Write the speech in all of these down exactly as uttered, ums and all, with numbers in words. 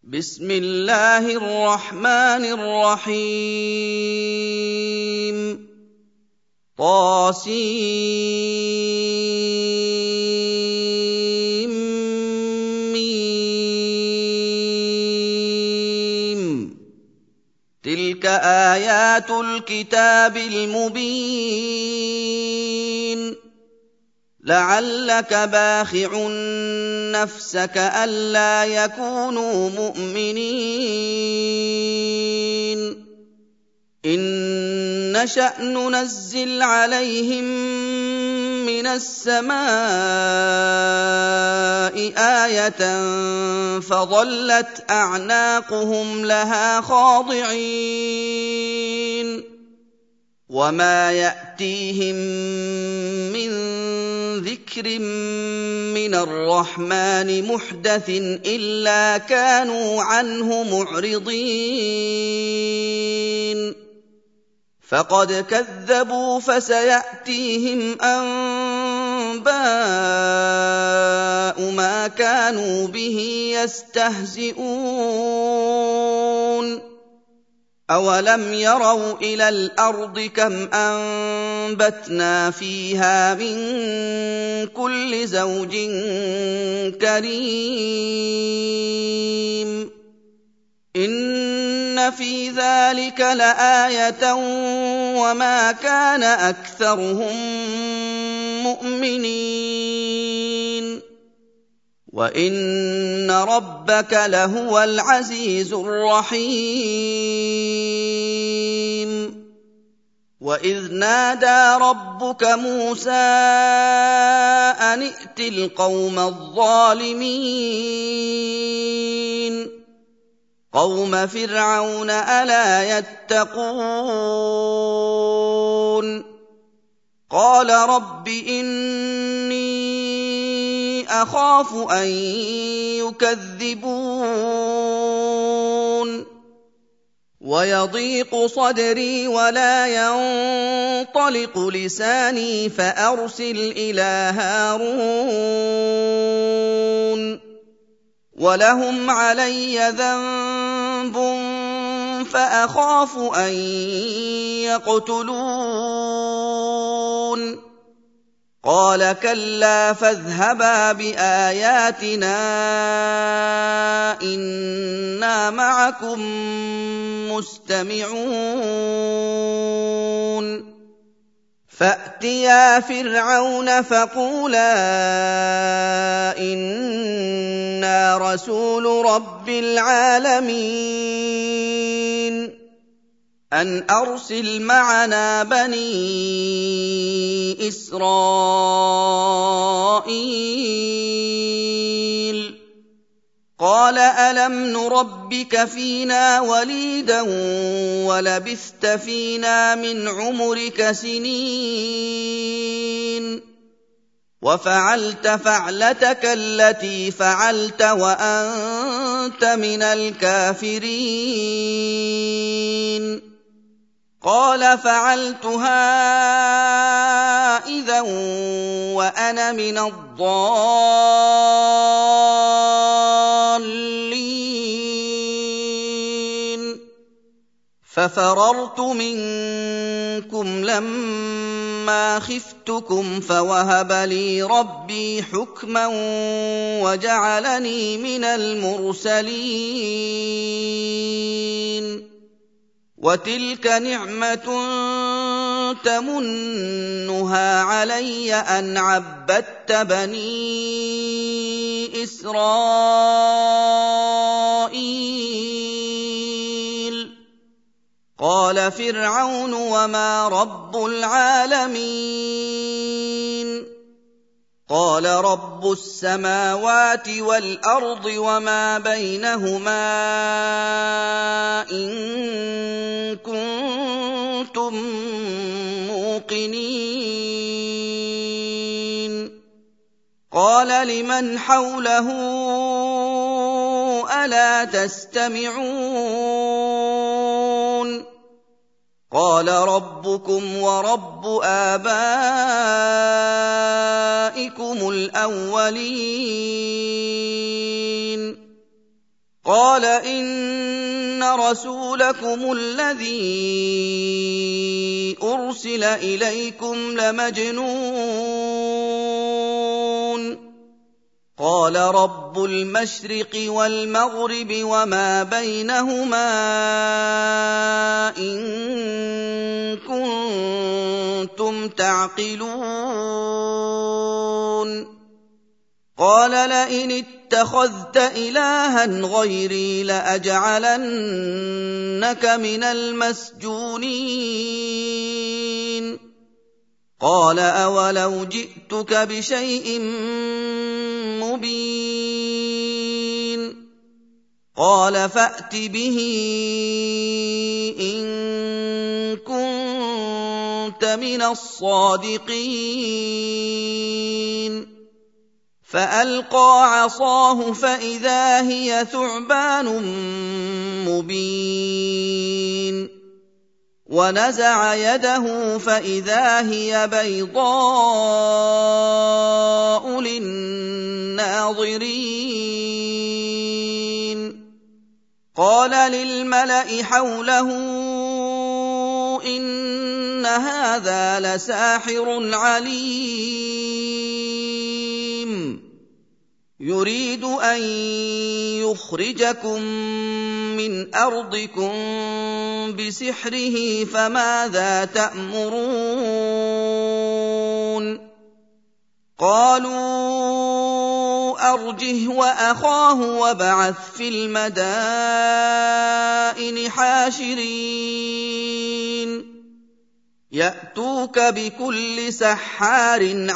بسم الله الرحمن الرحيم طاسيم ميم تلك آيات الكتاب المبين لعلك باخع نفسك ألا يكونوا مؤمنين إن نشأ ننزل عليهم من السماء آية فظلت أعناقهم لها خاضعين وما يأتيهم من ذكر من الرحمن محدث إلا كانوا عنه معرضين فقد كذبوا فسيأتيهم أنباء ما كانوا به يستهزئون أَوَلَمْ يَرَوْا إِلَى الْأَرْضِ كَمْ أَنبَتْنَا فِيهَا مِن كُلِّ زَوْجٍ كَرِيمٍ إِنَّ فِي ذَلِكَ لَآيَةً وَمَا كَانَ أَكْثَرُهُم مُّؤْمِنِينَ وَإِنَّ رَبَّكَ لَهُوَ الْعَزِيزُ الرَّحِيمُ وَإِذْ نَادَىٰ رَبُّكَ مُوسَىٰ أَنِ ائْتِ الْقَوْمَ الظَّالِمِينَ قَوْمَ فِرْعَوْنَ أَلَا يَتَّقُونَ قَالَ رَبِّ إِنِّي أَخَافُ أَن يُكَذِّبُونِ وَيَضِيقُ صَدْرِي وَلَا يَنطَلِقُ لِسَانِي فَأَرْسِلْ إِلَىٰ هَارُونَ وَلَهُمْ عَلَيَّ ذَنبٌ فَأَخَافُ أَن يَقْتُلُونِ قَالَ كَلَّا فَاذْهَبَا بِآيَاتِنَا إِنَّا مَعَكُم مُّسْتَمِعُونَ فَأْتِيَا فِرْعَوْنَ فَقُولَا إِنَّا رَسُولُ رَبِّ الْعَالَمِينَ أَنْ أَرْسِلْ مَعَنَا بَنِي إِسْرَائِيلَ قَالَ أَلَمْ نُرَبِّكَ فِينَا وَلِيدًا وَلَبِثْتَ فِينَا مِنْ عُمُرِكَ سِنِينَ وَفَعَلْتَ فَعْلَتَكَ الَّتِي فَعَلْتَ وَأَنتَ مِنَ الْكَافِرِينَ قَالَ فَعَلْتُهَا إِذًا وَأَنَا مِنَ الضَّالِّينَ فَفَرَرْتُ مِنكُمْ لَمَّا خِفْتُكُمْ فَوَهَبَ لِي رَبِّي حُكْمًا وَجَعَلَنِي مِنَ الْمُرْسَلِينَ وَتِلْكَ نِعْمَةٌ تَمُنُّهَا عَلَيَّ أَنْ عَبَّدتَّ بَنِي إِسْرَائِيلَ قَالَ فِرْعَوْنُ وَمَا رَبُّ الْعَالَمِينَ قَالَ رَبُّ السَّمَاوَاتِ وَالْأَرْضِ وَمَا بَيْنَهُمَا إِن كُنتُم مُّوقِنِينَ قَالَ لِمَنْ حَوْلَهُ أَلَا تَسْتَمِعُونَ قَالَ رَبُّكُمْ وَرَبُّ آبَائِكُمُ الْأَوَّلِينَ قَالَ قال إن رسولكم الذي أرسل إليكم لمجنون قال رب المشرق والمغرب وما بينهما إن كنتم تعقلون قال لئن اتخذت إلها غيري لأجعلنك من المسجونين قال أولو جئتك بشيء مبين قال فأت به إن كنت من الصادقين فألقى عصاه فإذا هي ثعبان مبين ونزع يده فإذا هي بيضاء للناظرين قال للملأ حوله إن هذا لساحر عليم يريد أن يخرجكم من أرضكم بسحره فماذا تأمرون قالوا أرجه وأخاه وابعث في المدائن حاشرين يأتوك بكل سحار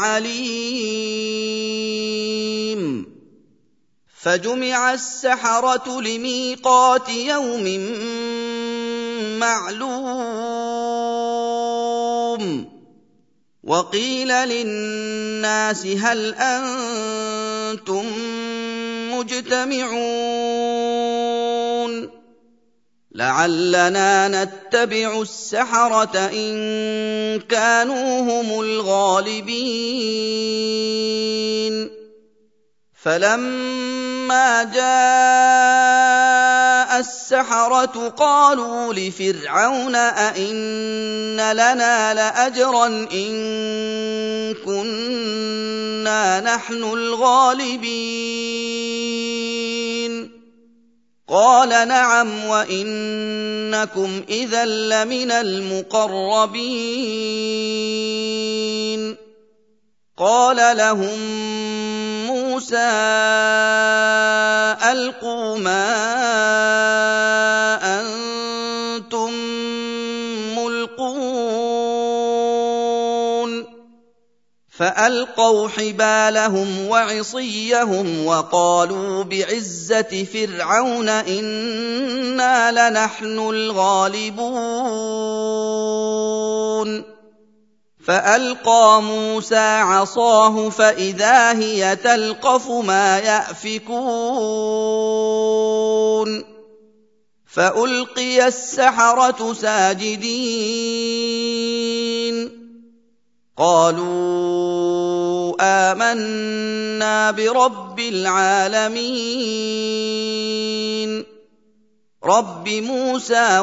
عليم فجمع السحرة لميقات يوم معلوم وقيل للناس هل أنتم مجتمعون لعلنا نتبع السحرة إن كانوا هم الغالبين فلما جاء السحرة قالوا لفرعون أئن لنا لأجرا إن كنا نحن الغالبين قال نعم وإنكم إذا لمن المقربين قال لهم موسى ألقوا ما أنتم ملقون فألقوا حبالهم وعصيهم وقالوا بعزة فرعون إنا لنحن الغالبون فألقى موسى عصاه فإذا هي تلقف ما يأفكون فألقي السحرة ساجدين قالوا آمنا برب العالمين رب موسى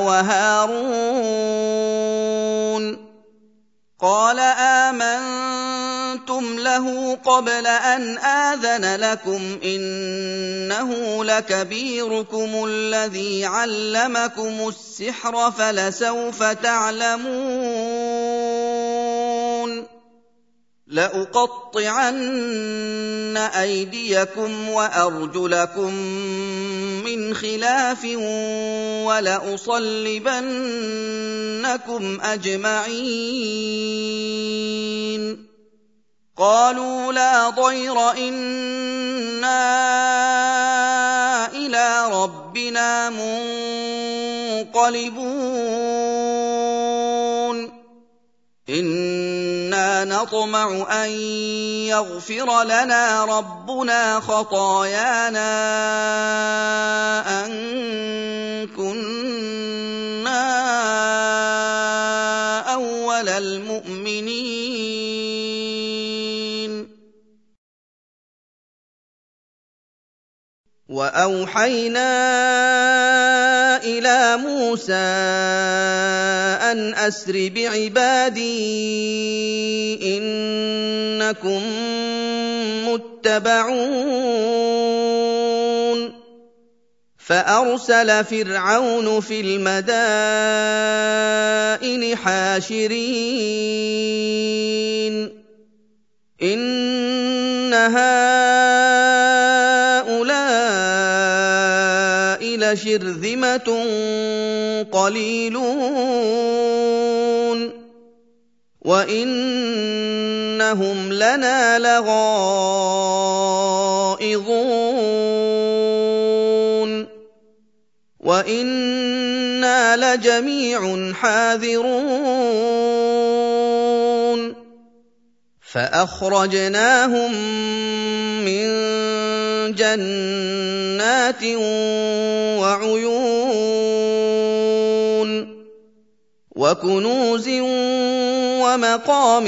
وهارون قال آمنتم له قبل أن آذن لكم إنه لكبيركم الذي علمكم السحر فلسوف تعلمون لأقطعن أيديكم وأرجلكم من خلاف ولأصلبنكم أجمعين قالوا لا ضير إنا إلى ربنا منقلبون إنا نطمع أن يغفر لنا ربنا خطايانا أن كنا أول المؤمنين وَأَوْحَيْنَا إِلَىٰ مُوسَىٰ أَنْ أَسْرِ بِعِبَادِي إِنَّكُم مُّتَّبَعُونَ فَأَرْسَلَ فِرْعَوْنُ فِي الْمَدَائِنِ حَاشِرِينَ إِنَّ هَٰؤُلَاءِ لَشِرْذِمَةٌ قَلِيلُونَ وَإِنَّهُمْ لَنَا لَغَائِظُونَ وَإِنَّا لَجَمِيعٌ حَاذِرُونَ فَأَخْرَجْنَاهُم مِّن جَنَّاتٍ وَعُيُونٍ وَكُنُوزٍ وَمَقَامٍ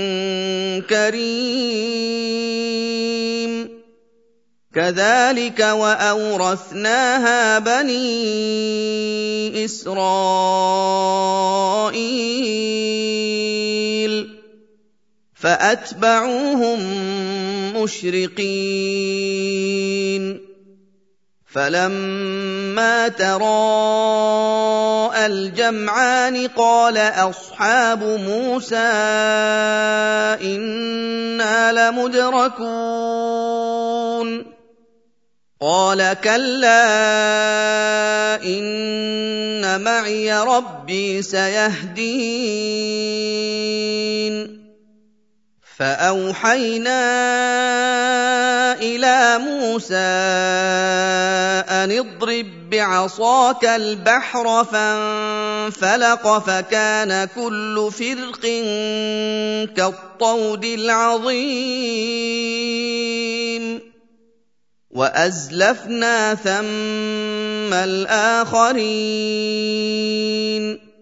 كَرِيمٍ كَذَٰلِكَ وَأَوْرَثْنَاهَا بَنِي إِسْرَائِيلَ فَأَتْبَعُوهُم مُّشْرِقِينَ فَلَمَّا تَرَاءَى الْجَمْعَانِ قَالَ أَصْحَابُ مُوسَىٰ إِنَّا لَمُدْرَكُونَ قَالَ كَلَّا إِنَّ مَعِيَ رَبِّي سَيَهْدِينِ فَأَوْحَيْنَا إِلَىٰ مُوسَىٰ أَنِ اضْرِب بِّعَصَاكَ الْبَحْرَ فَانفَلَقَ فَكَانَ كُلُّ فِرْقٍ كَالطَّوْدِ الْعَظِيمِ وَأَزْلَفْنَا ثَمَّ الْآخَرِينَ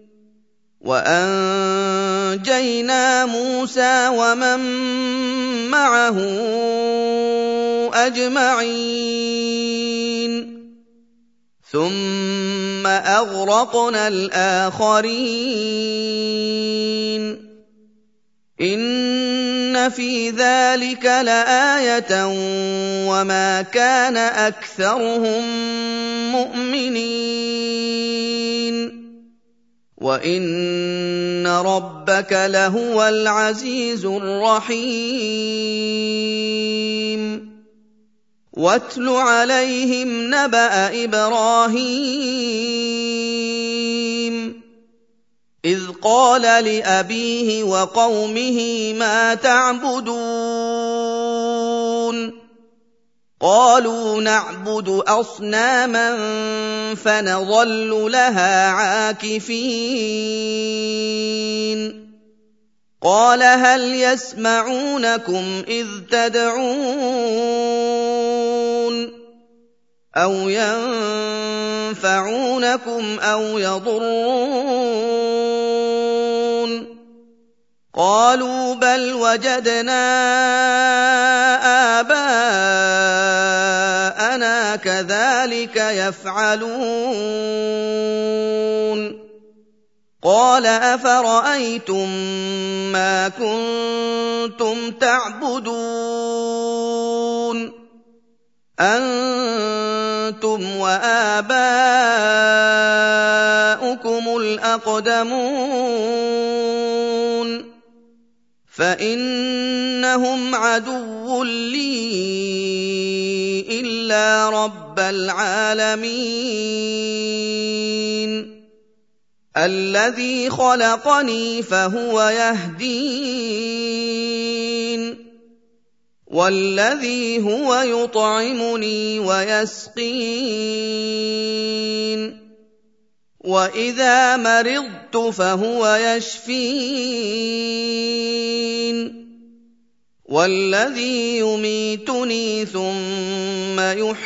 وَأَنجَيْنَا مُوسَىٰ وَمَن مَّعَهُ أَجْمَعِينَ ثُمَّ أَغْرَقْنَا الْآخَرِينَ إِنَّ فِي ذَٰلِكَ لَآيَةً وَمَا كَانَ أَكْثَرُهُم مُّؤْمِنِينَ وَإِنَّ رَبَّكَ لَهُوَ الْعَزِيزُ الرَّحِيمُ وَاتْلُ عَلَيْهِمْ نَبَأَ إِبْرَاهِيمَ إِذْ قَالَ لِأَبِيهِ وَقَوْمِهِ مَا تَعْبُدُونَ قَالُوا نَعْبُدُ أَصْنَامًا فَنَظَلُّ لَهَا عَاكِفِينَ قَالَ هَلْ يَسْمَعُونَكُمْ إِذْ تَدْعُونَ أَوْ يَنفَعُونَكُمْ أَوْ يَضُرُّونَ قَالُوا بَلْ وَجَدْنَا آبَاءَنَا كَذَٰلِكَ يَفْعَلُونَ قَالَ أَفَرَأَيْتُم مَّا كُنتُمْ تَعْبُدُونَ أَنتُمْ وَآبَاؤُكُمُ الْأَقْدَمُونَ فَإِنَّهُمْ عَدُوٌّ لِّي إِلَّا رَبَّ الْعَالَمِينَ الَّذِي خَلَقَنِي فَهُوَ يَهْدِينِ وَالَّذِي هُوَ يُطْعِمُنِي وَيَسْقِينِ وَإِذَا مَرِضْتُ فَهُوَ يَشْفِينِ وَالَّذِي يُمِيتُنِي ثُمَّ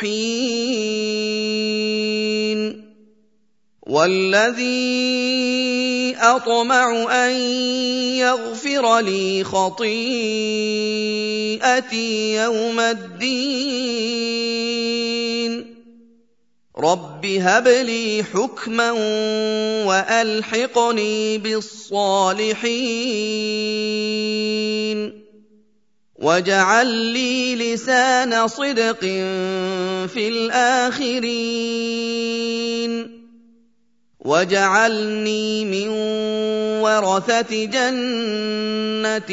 يُحْيِينِ وَالَّذِي أَطْمَعُ أَن يَغْفِرَ لِي خَطِيئَتِي يَوْمَ الدِّينِ رَبِّ هَبْ لِي حُكْمًا وَأَلْحِقْنِي بِالصَّالِحِينَ وَاجْعَل لِّي لِسَانَ صِدْقٍ فِي الْآخِرِينَ وَاجْعَلْنِي مِن وَرَثَةِ جَنَّةِ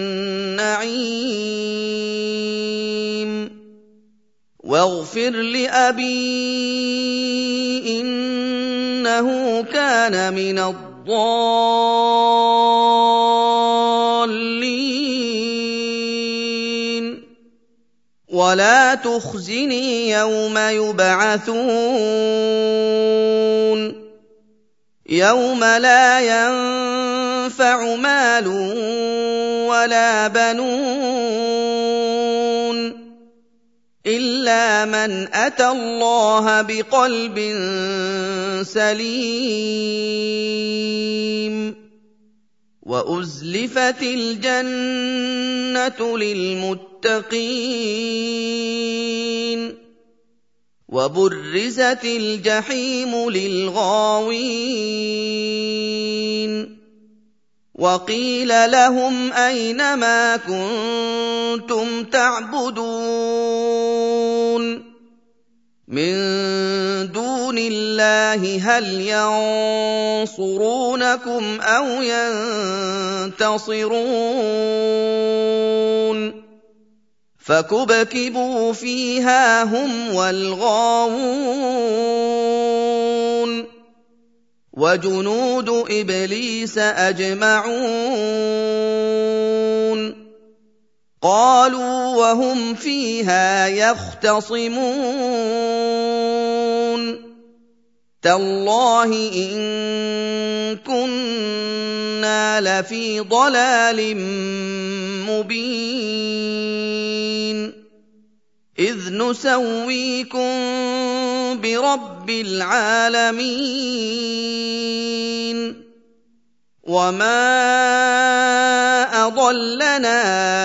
النَّعِيمِ وَاغْفِرْ لِأَبِي إِنَّهُ كَانَ مِنَ الضَّالِّينَ وَلَا تُخْزِنِي يَوْمَ يُبْعَثُونَ يَوْمَ لَا يَنفَعُ مَالٌ وَلَا بَنُونَ إِلَّا مَنْ أَتَى اللَّهَ بِقَلْبٍ سَلِيمٍ وَأُزْلِفَتِ الْجَنَّةُ لِلْمُتَّقِينَ وَبُرِّزَتِ الْجَحِيمُ لِلْغَاوِينَ وَقِيلَ لَهُمْ أَيْنَ مَا كُنتُمْ تَعْبُدُونَ مِن دُونِ اللَّهِ هَلْ يَنصُرُونَكُمْ أَوْ يَنتَصِرُونَ فَكُبْكِبُوا فِيهَا هُمْ وَالْغَاوُونَ وَجُنُودُ إِبْلِيسَ أَجْمَعُونَ قَالُوا وَهُمْ فِيهَا يَخْتَصِمُونَ تَاللَّهِ إِن كُنَّا لَفِي ضَلَالٍ مُّبِينٍ إِذْ نُسَوِّيكُم بِرَبِّ الْعَالَمِينَ وَمَا أَضَلَّنَا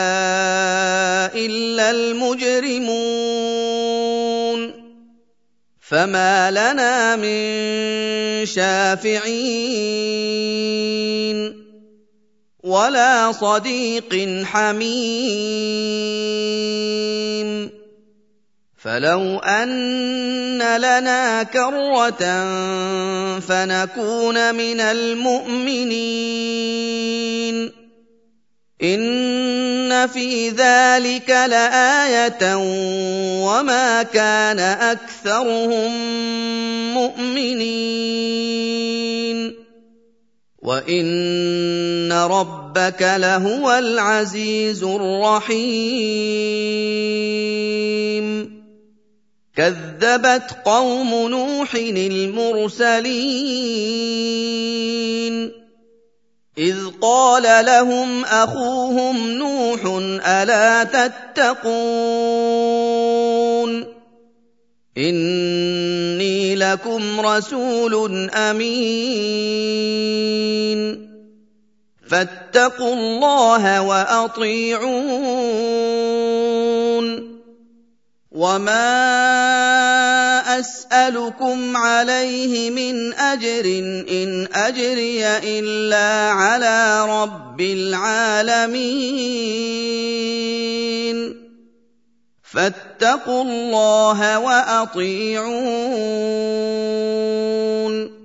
إِلَّا الْمُجْرِمُونَ فَمَا لَنَا مِن شَافِعِينَ وَلَا صَدِيقٍ حَمِيمٍ فَلَوْ أَنَّ لَنَا كَرَّةً فَنَكُونَ مِنَ الْمُؤْمِنِينَ إِنَّ فِي ذَلِكَ لَآيَةً وَمَا كَانَ أَكْثَرُهُم مُّؤْمِنِينَ وَإِنَّ رَبَّكَ لَهُوَ الْعَزِيزُ الرَّحِيمُ كَذَّبَتْ قَوْمُ نُوحٍ الْمُرْسَلِينَ إِذْ قَالَ لَهُمْ أَخُوهُمْ نُوحٌ أَلَا تَتَّقُونَ إِنِّي لَكُمْ رَسُولٌ أَمِينٌ فَاتَّقُوا اللَّهَ وَأَطِيعُونِ وَمَا أَسْأَلُكُمْ عَلَيْهِ مِنْ أَجْرٍ إِنْ أَجْرِيَ إِلَّا عَلَىٰ رَبِّ الْعَالَمِينَ فَاتَّقُوا اللَّهَ وَأَطِيعُونِ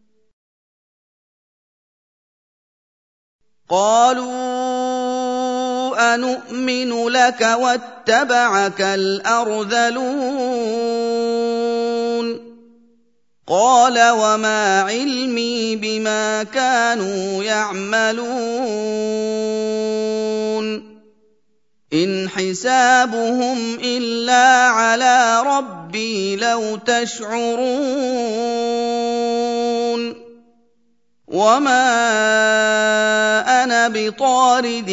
قَالُوا أَنُؤْمِنُ لَكَ وَاتَّبَعَكَ الْأَرْذَلُونَ قَالَ وَمَا عِلْمِي بِمَا كَانُوا يَعْمَلُونَ إِنْ حِسَابُهُمْ إِلَّا عَلَىٰ رَبِّي لَوْ تَشْعُرُونَ وَمَا أَنَا بِطَارِدِ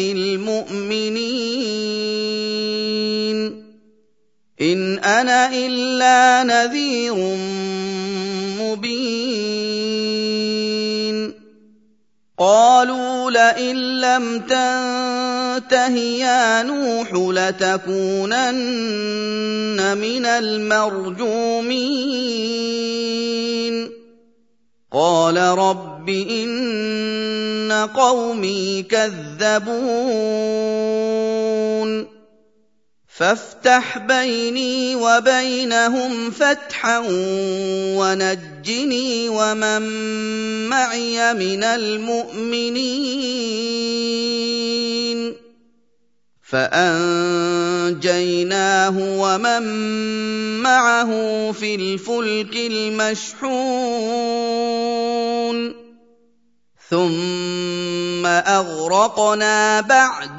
الْمُؤْمِنِينَ إِنْ أَنَا إِلَّا نَذِيرٌ مُّبِينٌ قَالُوا لَئِن لَّمْ تَنتَهِ يَا نُوحُ لَتَكُونَنَّ مِنَ الْمَرْجُومِينَ قَالَ رَبِّ إِنَّ قَوْمِي كَذَّبُونِ فافتح بيني وبينهم فتحا ونجني ومن معي من المؤمنين فأنجيناه ومن معه في الفلك المشحون ثم أغرقنا بعد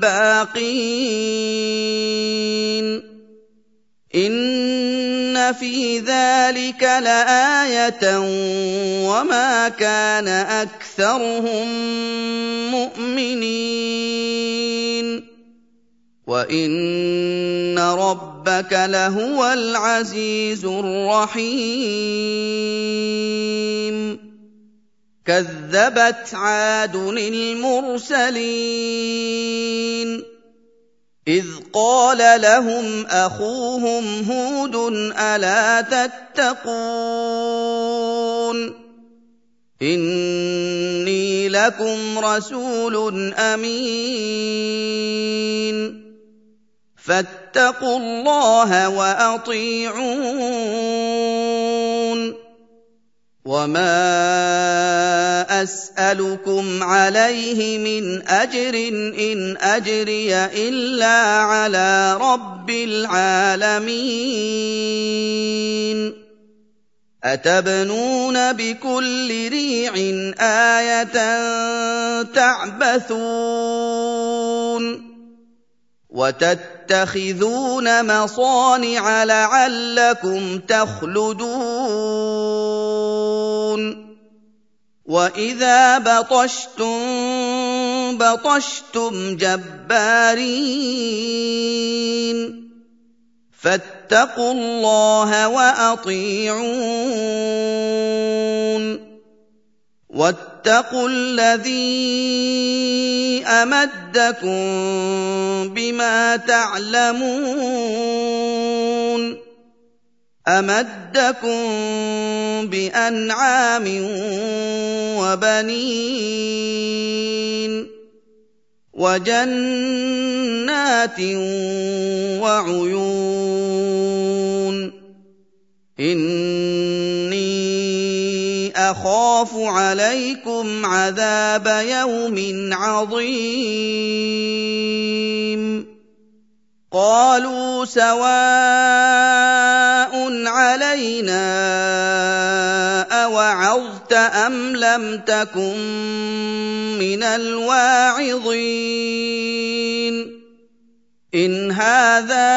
الباقين إن في ذلك لآية وما كان أكثرهم مؤمنين وإن ربك لهو العزيز الرحيم كذبت عاد المرسلين إذ قال لهم أخوهم هود ألا تتقون إني لكم رسول أمين فاتقوا الله وأطيعون وما أسألكم عليه من أجر إن أجري إلا على رب العالمين أتبنون بكل ريع آية تعبثون وتتخذون مصانع لعلكم تخلدون وإذا بطشتم بطشتم جبارين فاتقوا الله وأطيعون واتقوا الذي أمدكم بما تعلمون أمدكم بأنعام وبنين وجنات وعيون إني أخاف عليكم عذاب يوم عظيم قالوا سواء علينا أوعظت أم لم تكن من الواعظين إن هذا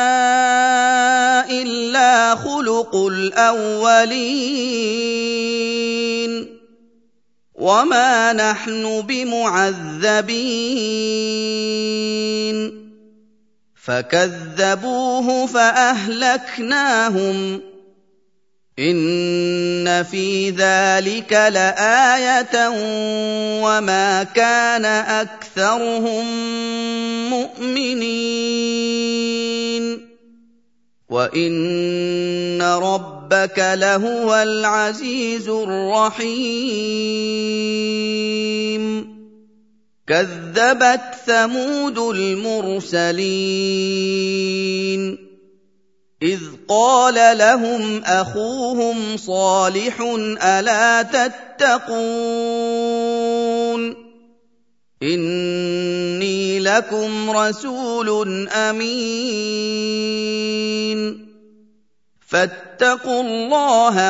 إلا خلق الأولين وما نحن بمعذبين فكذبوه فأهلكناهم إن في ذلك لآية وما كان أكثرهم مؤمنين وإن ربك لهو العزيز الرحيم كذبت ثمود المرسلين إذ قال لهم أخوهم صالح ألا تتقون إني لكم رسول أمين فاتقوا الله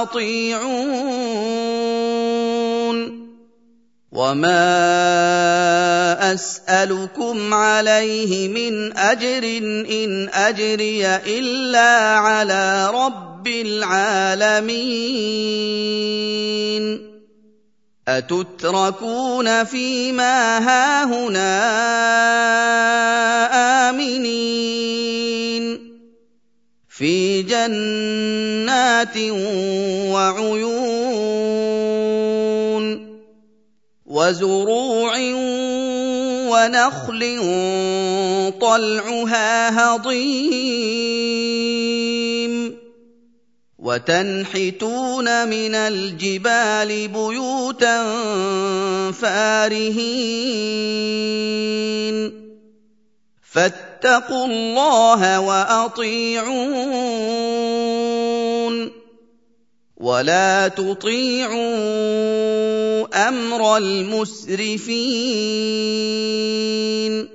وأطيعون وما أسألكم عليه من أجر إن أجري إلا على رب العالمين أتتركون فيما هاهنا آمنين في جنات وعيون وزروع ونخل طلعها هضيم وتنحتون من الجبال بيوتا فارهين فاتقوا الله وأطيعون ولا تطيعوا أمر المسرفين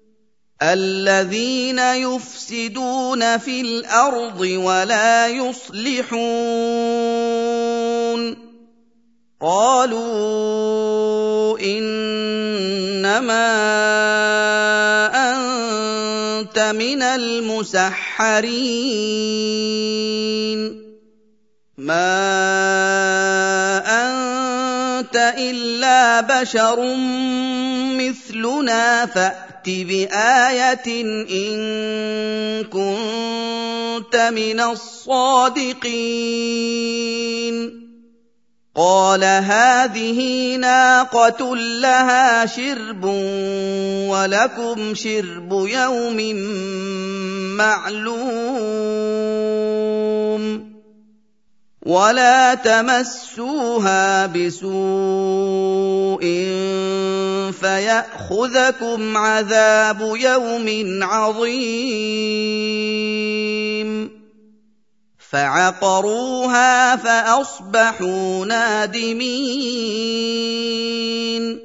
الذين يفسدون في الأرض ولا يصلحون قالوا إنما أنت من المسحرين ما أنت إلا بشر مثلنا فأت بآية إن كنت من الصادقين قال هذه ناقة لها شرب ولكم شرب يوم معلوم ولا تمسوها بسوء فيأخذكم عذاب يوم عظيم فعقروها فأصبحوا نادمين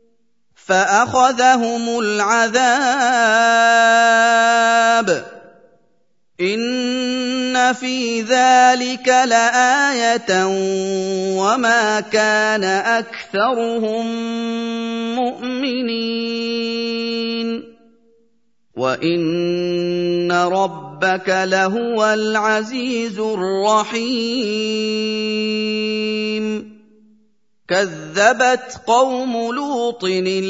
فأخذهم العذاب إن في ذلك لآية وما كان أكثرهم مؤمنين وإن ربك لهو العزيز الرحيم كذبت قوم لوط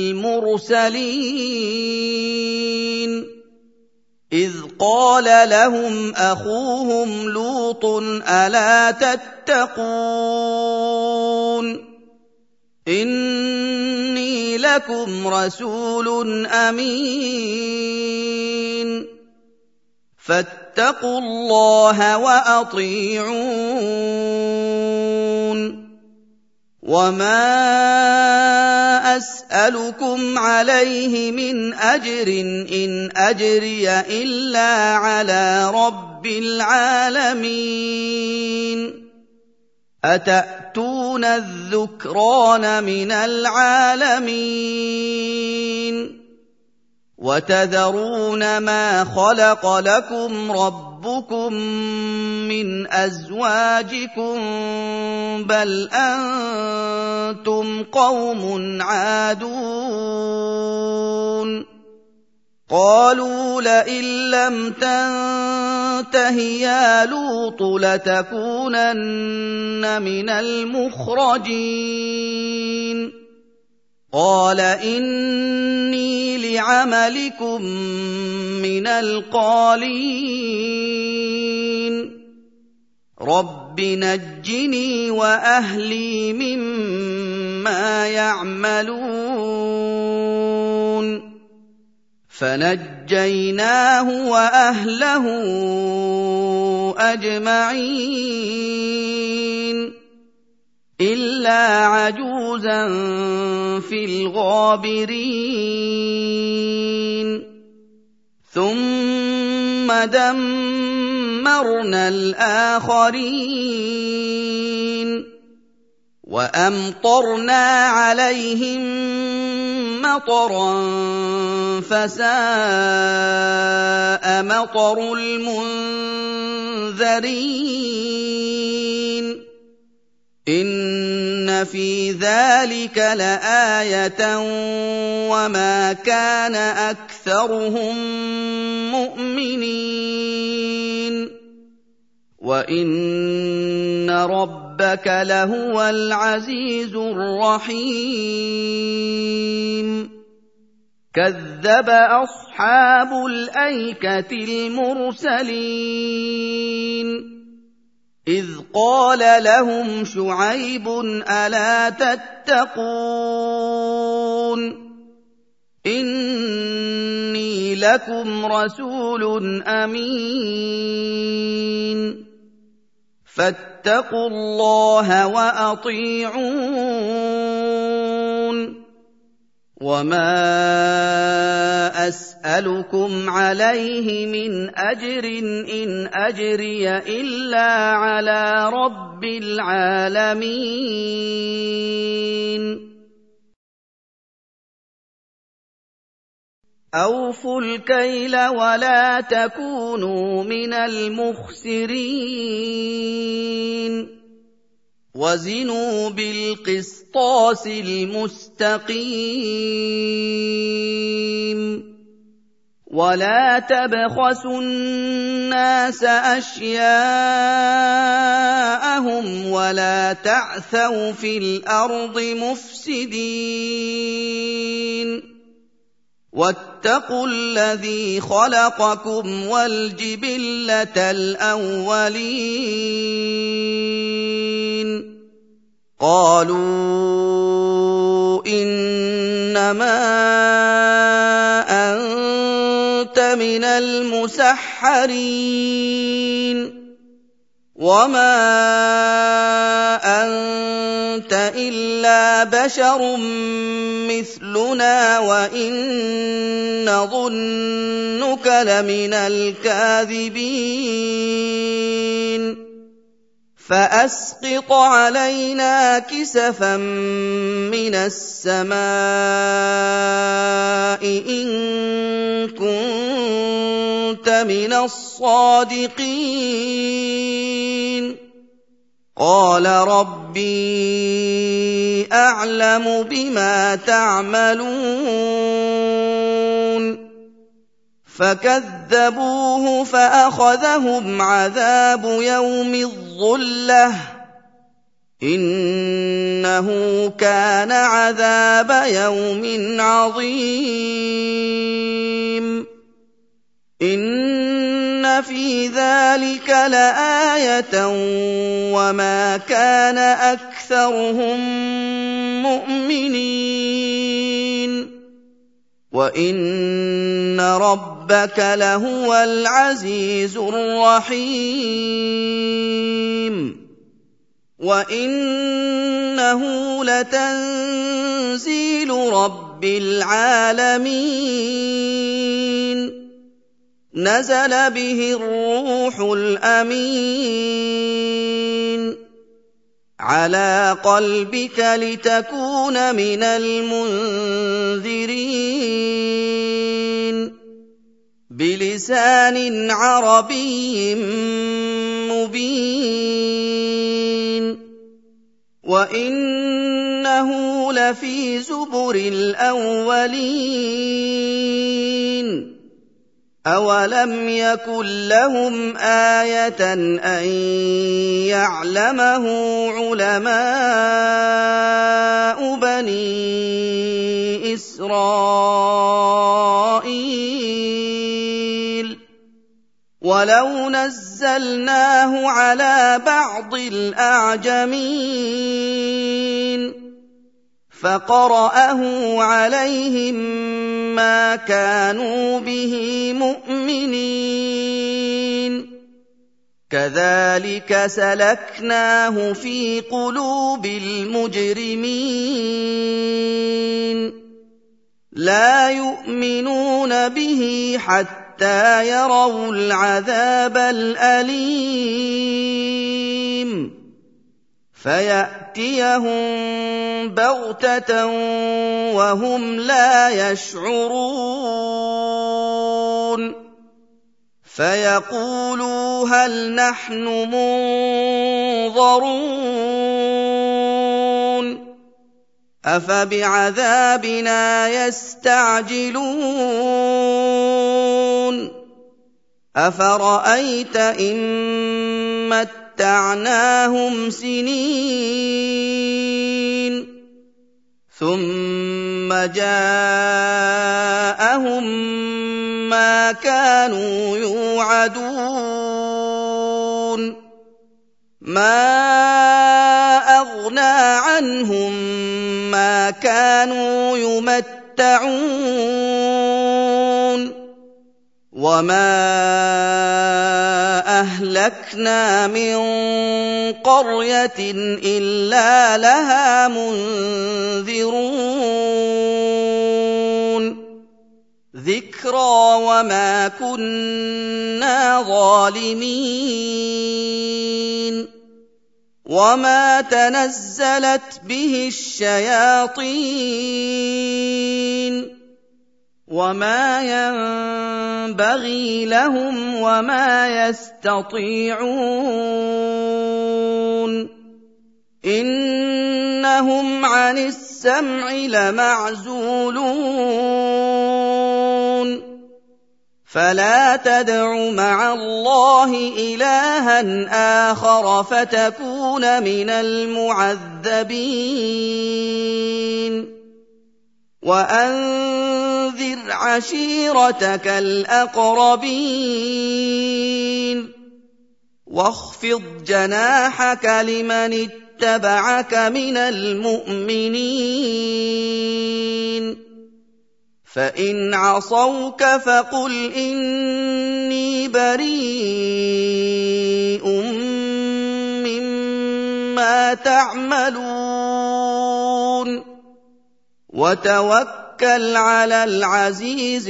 المرسلين إذ قال لهم أخوهم لوط ألا تتقون إني لكم رسول أمين فاتقوا الله وأطيعون وما أسألكم عليه من أجر إن أجري إلا على رب العالمين أتأتون الذكران من العالمين وتذرون ما خلق لكم ربكم من أزواجكم بل أنتم قوم عادون قالوا لئن لم تنته يا لوط لتكونن من المخرجين قال إني لعملكم من القالين رب نجني وأهلي مما يعملون فنجيناه وأهله أجمعين إلا عجوزا في الغابرين ثم دمرنا الآخرين وأمطرنا عليهم مطرا فساء مطر المنذرين إن في ذلك لآية وما كان أكثرهم مؤمنين وإن ربك لهو العزيز الرحيم كذب أصحاب الأيكة المرسلين إِذْ قَالَ لَهُمْ شُعَيْبٌ أَلَا تَتَّقُونَ إِنِّي لَكُمْ رَسُولٌ أَمِينٌ فَاتَّقُوا اللَّهَ وَأَطِيعُونِ وَمَا أَسْأَلُكُمْ عَلَيْهِ مِنْ أَجْرٍ إِنْ أَجْرِيَ إِلَّا عَلَىٰ رَبِّ الْعَالَمِينَ أَوْفُوا الْكَيْلَ وَلَا تَكُونُوا مِنَ الْمُخْسِرِينَ وَزِنُوا بِالْقِسْطَاسِ الْمُسْتَقِيمِ وَلَا تَبْخَسُوا النَّاسَ أَشْيَاءَهُمْ وَلَا تَعْثَوْا فِي الْأَرْضِ مُفْسِدِينَ وَاتَّقُوا الَّذِي خَلَقَكُمْ وَالْجِبِلَّةَ الْأَوَّلِينَ قَالُوا إِنَّمَا أَنتَ مِنَ الْمُسَحَّرِينَ وَمَا أَنتَ إِلَّا بَشَرٌ مِّثْلُنَا وَإِن نَّظُنُّكَ لَمِنَ الْكَاذِبِينَ فَأَسْقِطْ عَلَيْنَا كِسَفًا مِّنَ السَّمَاءِ إِن كُنتَ مِنَ الصَّادِقِينَ قَالَ رَبِّي أَعْلَمُ بِمَا تَعْمَلُونَ فَكَذَّبُوهُ فَأَخَذَهُمْ عَذَابُ يَوْمِ الظُّلَّةِ ۚ إِنَّهُ كَانَ عَذَابَ يَوْمٍ عَظِيمٍ إِنَّ فِي ذَٰلِكَ لَآيَةً وَمَا كَانَ أَكْثَرُهُم مُّؤْمِنِينَ وَإِنَّ رَبَّكَ لَهُوَ الْعَزِيزُ الرَّحِيمُ وَإِنَّهُ لَتَنزِيلُ رَبِّ الْعَالَمِينَ نَزَلَ بِهِ الرُّوحُ الْأَمِينُ عَلَىٰ قَلْبِكَ لِتَكُونَ مِنَ الْمُنذِرِينَ بِلِسَانٍ عَرَبِيٍّ مُّبِينٍ وَإِنَّهُ لَفِي زُبُرِ الْأَوَّلِينَ أَوَلَمْ يَكُن لَّهُمْ آيَةً أَن يَعْلَمَهُ عُلَمَاءُ بَنِي إِسْرَائِيلَ وَلَوْ نَزَّلْنَاهُ عَلَىٰ بَعْضِ الْأَعْجَمِينَ فَقَرَأَهُ عَلَيْهِم مَّا كَانُوا بِهِ مُؤْمِنِينَ كَذَٰلِكَ سَلَكْنَاهُ فِي قُلُوبِ الْمُجْرِمِينَ لَا يُؤْمِنُونَ بِهِ حَتَّىٰ يَرَوُا الْعَذَابَ الْأَلِيمَ فَيَأْتِيَهُم بَغْتَةً وَهُمْ لَا يَشْعُرُونَ فَيَقُولُوا هَلْ نَحْنُ مُنظَرُونَ أَفَبِعَذَابِنَا يَسْتَعْجِلُونَ أَفَرَأَيْتَ إِن مَّتَّعْنَاهُمْ سِنِينَ ثُمَّ جَاءَهُم مَّا كَانُوا يُوعَدُونَ مَا أَغْنَىٰ عَنْهُم مَّا كَانُوا يُمَتَّعُونَ وَمَا أَهْلَكْنَا مِن قَرْيَةٍ إِلَّا لَهَا مُنذِرُونَ ذِكْرَىٰ وَمَا كُنَّا ظَالِمِينَ وَمَا تَنَزَّلَتْ بِهِ الشَّيَاطِينُ وَمَا يَنبَغِي لَهُمْ وَمَا يَسْتَطِيعُونَ إِنَّهُمْ عَنِ السَّمْعِ لَمَعْزُولُونَ فَلَا تَدْعُ مَعَ اللَّهِ إِلَٰهًا آخَرَ فَتَكُونَ مِنَ الْمُعَذَّبِينَ وَأَنذِرْ عَشِيرَتَكَ الْأَقْرَبِينَ وَاخْفِضْ جَنَاحَكَ لِمَنِ اتَّبَعَكَ مِنَ الْمُؤْمِنِينَ فَإِنْ عَصَوْكَ فَقُلْ إِنِّي بَرِيءٌ مِّمَّا تَعْمَلُونَ وَتَوَكَّلْ عَلَى الْعَزِيزِ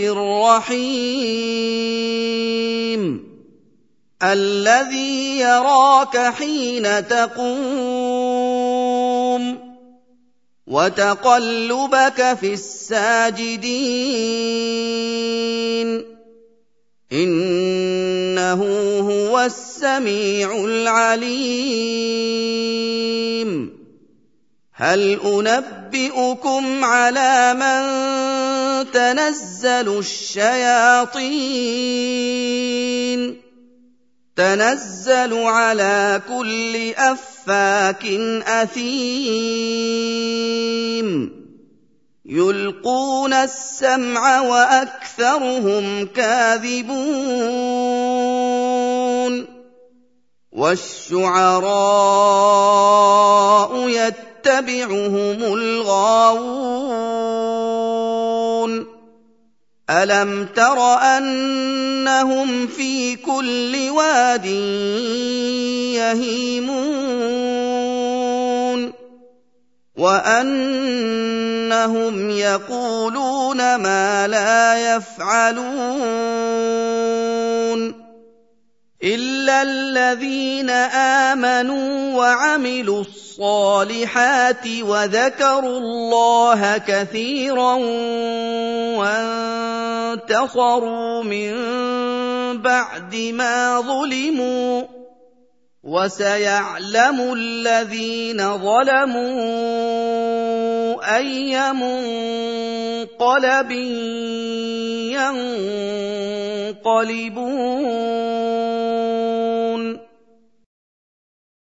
الرَّحِيمِ الَّذِي يَرَاكَ حِينَ تَقُومُ وَتَقَلُّبَكَ فِي السَّاجِدِينَ إِنَّهُ هُوَ السَّمِيعُ الْعَلِيمُ هَلْ أُنَبِّئُكُمْ عَلَىٰ مَن تَنَزَّلُ الشَّيَاطِينُ تَنَزَّلُ عَلَىٰ كُلِّ أَفَّاكٍ أَثِيمٍ يُلْقُونَ السَّمْعَ وَأَكْثَرُهُمْ كَاذِبُونَ وَالشُّعَرَاءُ يَتَّبِعُهُمُ الْغَاوُونَ أَلَمْ تَرَ أَنَّهُمْ فِي كُلِّ وَادٍ يَهِيمُونَ وَأَنَّهُمْ يَقُولُونَ مَا لَا يَفْعَلُونَ إِلَّا الَّذِينَ آمَنُوا وَعَمِلُوا الصَّالِحَاتِ وَذَكَرُوا اللَّهَ كَثِيرًا وَانتَصَرُوا مِن بَعْدِ مَا ظُلِمُوا ۗ وَسَيَعْلَمُ الَّذِينَ ظَلَمُوا أَيَّ مُنقَلَبٍ يَنقَلِبُونَ